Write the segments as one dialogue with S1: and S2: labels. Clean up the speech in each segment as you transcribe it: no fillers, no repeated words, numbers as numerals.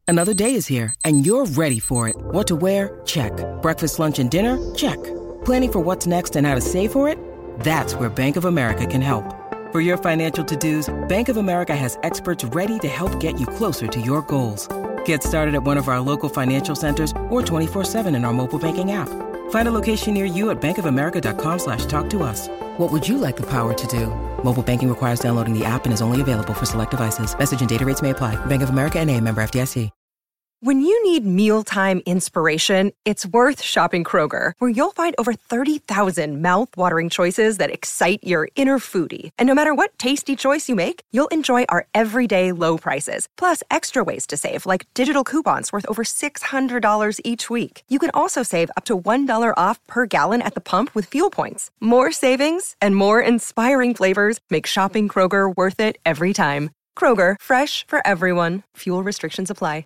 S1: Another day is here, and you're ready for it. What to wear? Check. Breakfast, lunch, and dinner? Check. Planning for what's next and how to save for it? That's where Bank of America can help. For your financial to-dos, Bank of America has experts ready to help get you closer to your goals. Get started at one of our local financial centers or 24/7 in our mobile banking app. Find a location near you at bankofamerica.com/talktous. What would you like the power to do? Mobile banking requires downloading the app and is only available for select devices. Message and data rates may apply. Bank of America N.A., member FDIC.
S2: When you need mealtime inspiration, it's worth shopping Kroger, where you'll find over 30,000 mouth-watering choices that excite your inner foodie. And no matter what tasty choice you make, you'll enjoy our everyday low prices, plus extra ways to save, like digital coupons worth over $600 each week. You can also save up to $1 off per gallon at the pump with fuel points. More savings and more inspiring flavors make shopping Kroger worth it every time. Kroger, fresh for everyone. Fuel restrictions apply.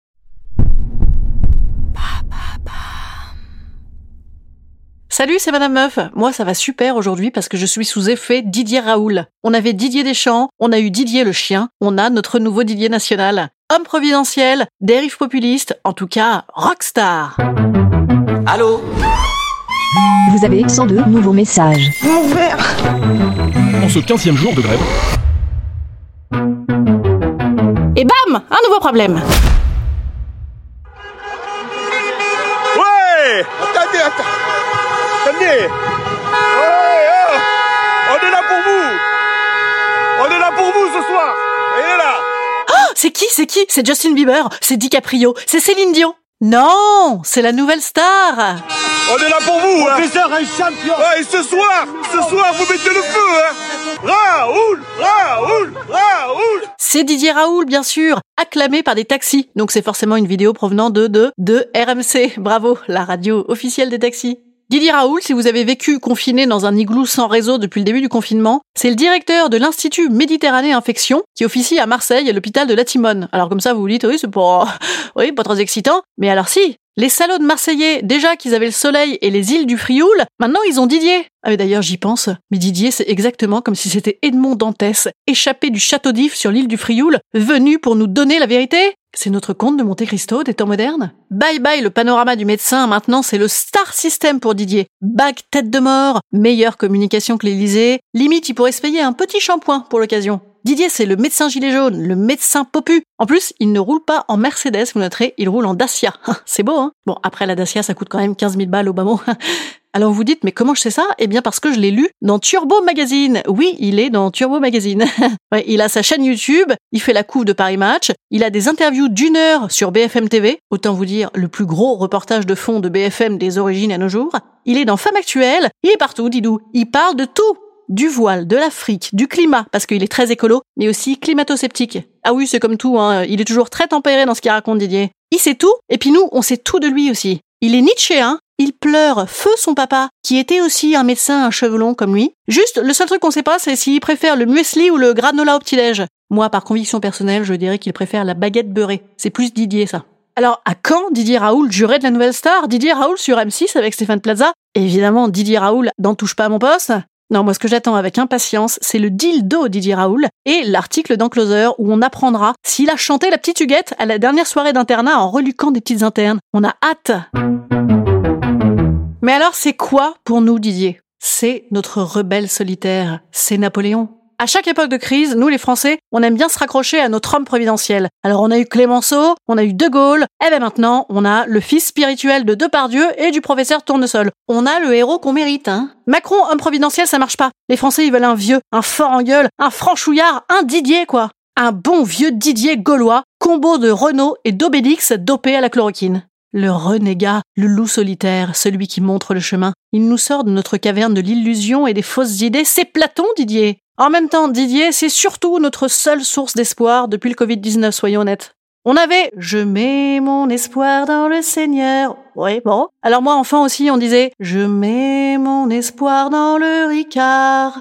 S3: Salut, c'est Madame Meuf. Moi, ça va super aujourd'hui parce que je suis sous effet Didier Raoult. On avait Didier Deschamps, on a eu Didier le chien, on a notre nouveau Didier national. Homme providentiel, dérive populiste, en tout cas, rockstar.
S4: Allô ?
S5: Vous avez 102 nouveaux messages.
S2: Mon verre.
S6: En ce 15e jour de grève.
S3: Et bam, un nouveau problème.
S7: Ouais, attendez. Oh, on est là pour vous. On est là pour vous ce soir. Il est là.
S3: Oh, c'est qui ? C'est Justin Bieber, c'est DiCaprio, c'est Céline Dion. Non, c'est la nouvelle star.
S7: On est là pour vous, hein.
S4: Professeur, un champion.
S7: Ouais, et ce soir, vous mettez le feu, hein. Raoult.
S3: C'est Didier Raoult, bien sûr, acclamé par des taxis. Donc c'est forcément une vidéo provenant de RMC. Bravo, la radio officielle des taxis. Didier Raoult, si vous avez vécu confiné dans un igloo sans réseau depuis le début du confinement, c'est le directeur de l'Institut Méditerranée Infection qui officie à Marseille à l'hôpital de la Timone. Alors comme ça, vous vous dites, oui, c'est pas très excitant. Mais alors si, les salauds de Marseillais, déjà qu'ils avaient le soleil et les îles du Frioul, maintenant ils ont Didier. Ah mais d'ailleurs j'y pense, mais Didier c'est exactement comme si c'était Edmond Dantès, échappé du château d'If sur l'île du Frioul, venu pour nous donner la vérité. C'est notre conte de Monte Cristo des temps modernes. Bye bye le panorama du médecin, maintenant c'est le star system pour Didier. Bague tête de mort, meilleure communication que l'Élysée, limite il pourrait se payer un petit shampoing pour l'occasion. Didier c'est le médecin gilet jaune, le médecin popu. En plus, il ne roule pas en Mercedes, vous noterez, il roule en Dacia. C'est beau, hein ? Bon, après la Dacia ça coûte quand même 15 000 balles au bas mot. Alors vous dites, mais comment je sais ça ? Eh bien parce que je l'ai lu dans Turbo Magazine. Oui, il est dans Turbo Magazine. Ouais, il a sa chaîne YouTube, il fait la couve de Paris Match, il a des interviews d'1 heure sur BFM TV, autant vous dire le plus gros reportage de fond de BFM des origines à nos jours. Il est dans Femme Actuelle, il est partout, Didou. Il parle de tout. Du voile, de l'Afrique, du climat, parce qu'il est très écolo, mais aussi climato-sceptique. Ah oui, c'est comme tout, hein. Il est toujours très tempéré dans ce qu'il raconte, Didier. Il sait tout, et puis nous, on sait tout de lui aussi. Il est nietzschéen, il pleure feu son papa, qui était aussi un médecin à cheveux longs comme lui. Juste, le seul truc qu'on sait pas, c'est s'il préfère le muesli ou le granola au petit-déj. Moi, par conviction personnelle, je dirais qu'il préfère la baguette beurrée. C'est plus Didier, ça. Alors, à quand Didier Raoult jurait de la nouvelle star ? Didier Raoult sur M6 avec Stéphane Plaza ? Évidemment, Didier Raoult n'en touche pas à mon poste. Non, moi ce que j'attends avec impatience, c'est le dildo Didier Raoult et l'article dans Closer où on apprendra s'il a chanté la petite Huguette à la dernière soirée d'internat en reluquant des petites internes. On a hâte. Mais alors c'est quoi pour nous Didier ? C'est notre rebelle solitaire, c'est Napoléon. À chaque époque de crise, nous les Français, on aime bien se raccrocher à notre homme providentiel. Alors on a eu Clémenceau, on a eu De Gaulle, et ben maintenant on a le fils spirituel de Depardieu et du professeur Tournesol. On a le héros qu'on mérite, hein. Macron, homme providentiel, ça marche pas. Les Français, ils veulent un vieux, un fort en gueule, un franchouillard, un Didier quoi. Un bon vieux Didier gaulois, combo de Renault et d'Obélix dopé à la chloroquine. Le renégat, le loup solitaire, celui qui montre le chemin. Il nous sort de notre caverne de l'illusion et des fausses idées, c'est Platon, Didier. En même temps, Didier, c'est surtout notre seule source d'espoir depuis le Covid-19, soyons honnêtes. On avait « Je mets mon espoir dans le Seigneur ». Oui, bon. Alors moi, enfant aussi, on disait « Je mets mon espoir dans le Ricard ».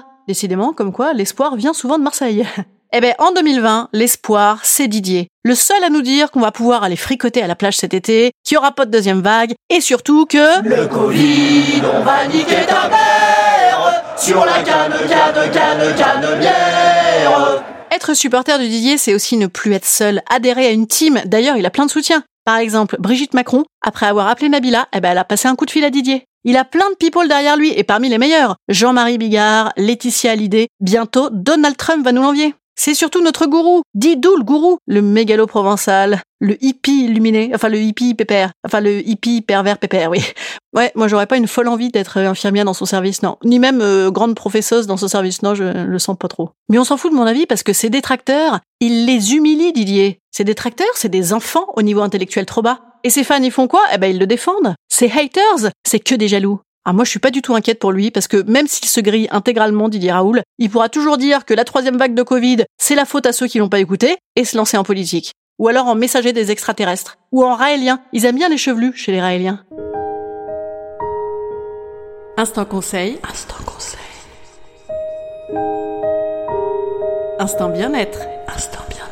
S3: Décidément, comme quoi, l'espoir vient souvent de Marseille. Eh ben, en 2020, l'espoir, c'est Didier. Le seul à nous dire qu'on va pouvoir aller fricoter à la plage cet été, qu'il n'y aura pas de deuxième vague, et surtout que...
S4: Le Covid, on va niquer ta mère sur la canne bière.
S3: Être supporter de Didier, c'est aussi ne plus être seul, adhérer à une team. D'ailleurs, il a plein de soutien. Par exemple, Brigitte Macron, après avoir appelé Nabila, elle a passé un coup de fil à Didier. Il a plein de people derrière lui, et parmi les meilleurs, Jean-Marie Bigard, Laetitia Hallyday, bientôt Donald Trump va nous l'envier. C'est surtout notre gourou, Didou le gourou, le mégalo provençal, le hippie illuminé, le hippie pépère, le hippie pervers pépère, oui. Ouais, moi j'aurais pas une folle envie d'être infirmière dans son service, non. Ni même grande professeuse dans son service, non, je le sens pas trop. Mais on s'en fout de mon avis parce que ces détracteurs, ils les humilient, Didier. Ces détracteurs, c'est des enfants au niveau intellectuel trop bas. Et ses fans, ils font quoi? Ils le défendent. Ces haters, c'est que des jaloux. Ah, moi, je suis pas du tout inquiète pour lui, parce que même s'il se grille intégralement Didier Raoult, il pourra toujours dire que la 3e vague de Covid, c'est la faute à ceux qui l'ont pas écouté, et se lancer en politique. Ou alors en messager des extraterrestres. Ou en raélien. Ils aiment bien les chevelus chez les raéliens. Instant conseil. Instant conseil. Instant bien-être. Instant bien-être.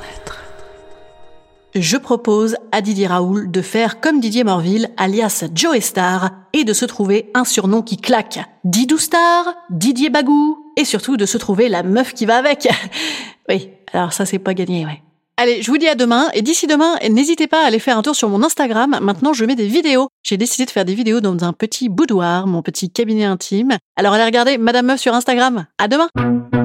S3: Je propose à Didier Raoult de faire comme Didier Morville, alias Joey Star, et de se trouver un surnom qui claque. Didou Star, Didier Bagou, et surtout de se trouver la meuf qui va avec. Oui, alors ça c'est pas gagné, ouais. Allez, je vous dis à demain, et d'ici demain, n'hésitez pas à aller faire un tour sur mon Instagram. Maintenant, je mets des vidéos. J'ai décidé de faire des vidéos dans un petit boudoir, mon petit cabinet intime. Alors allez regarder Madame Meuf sur Instagram. À demain!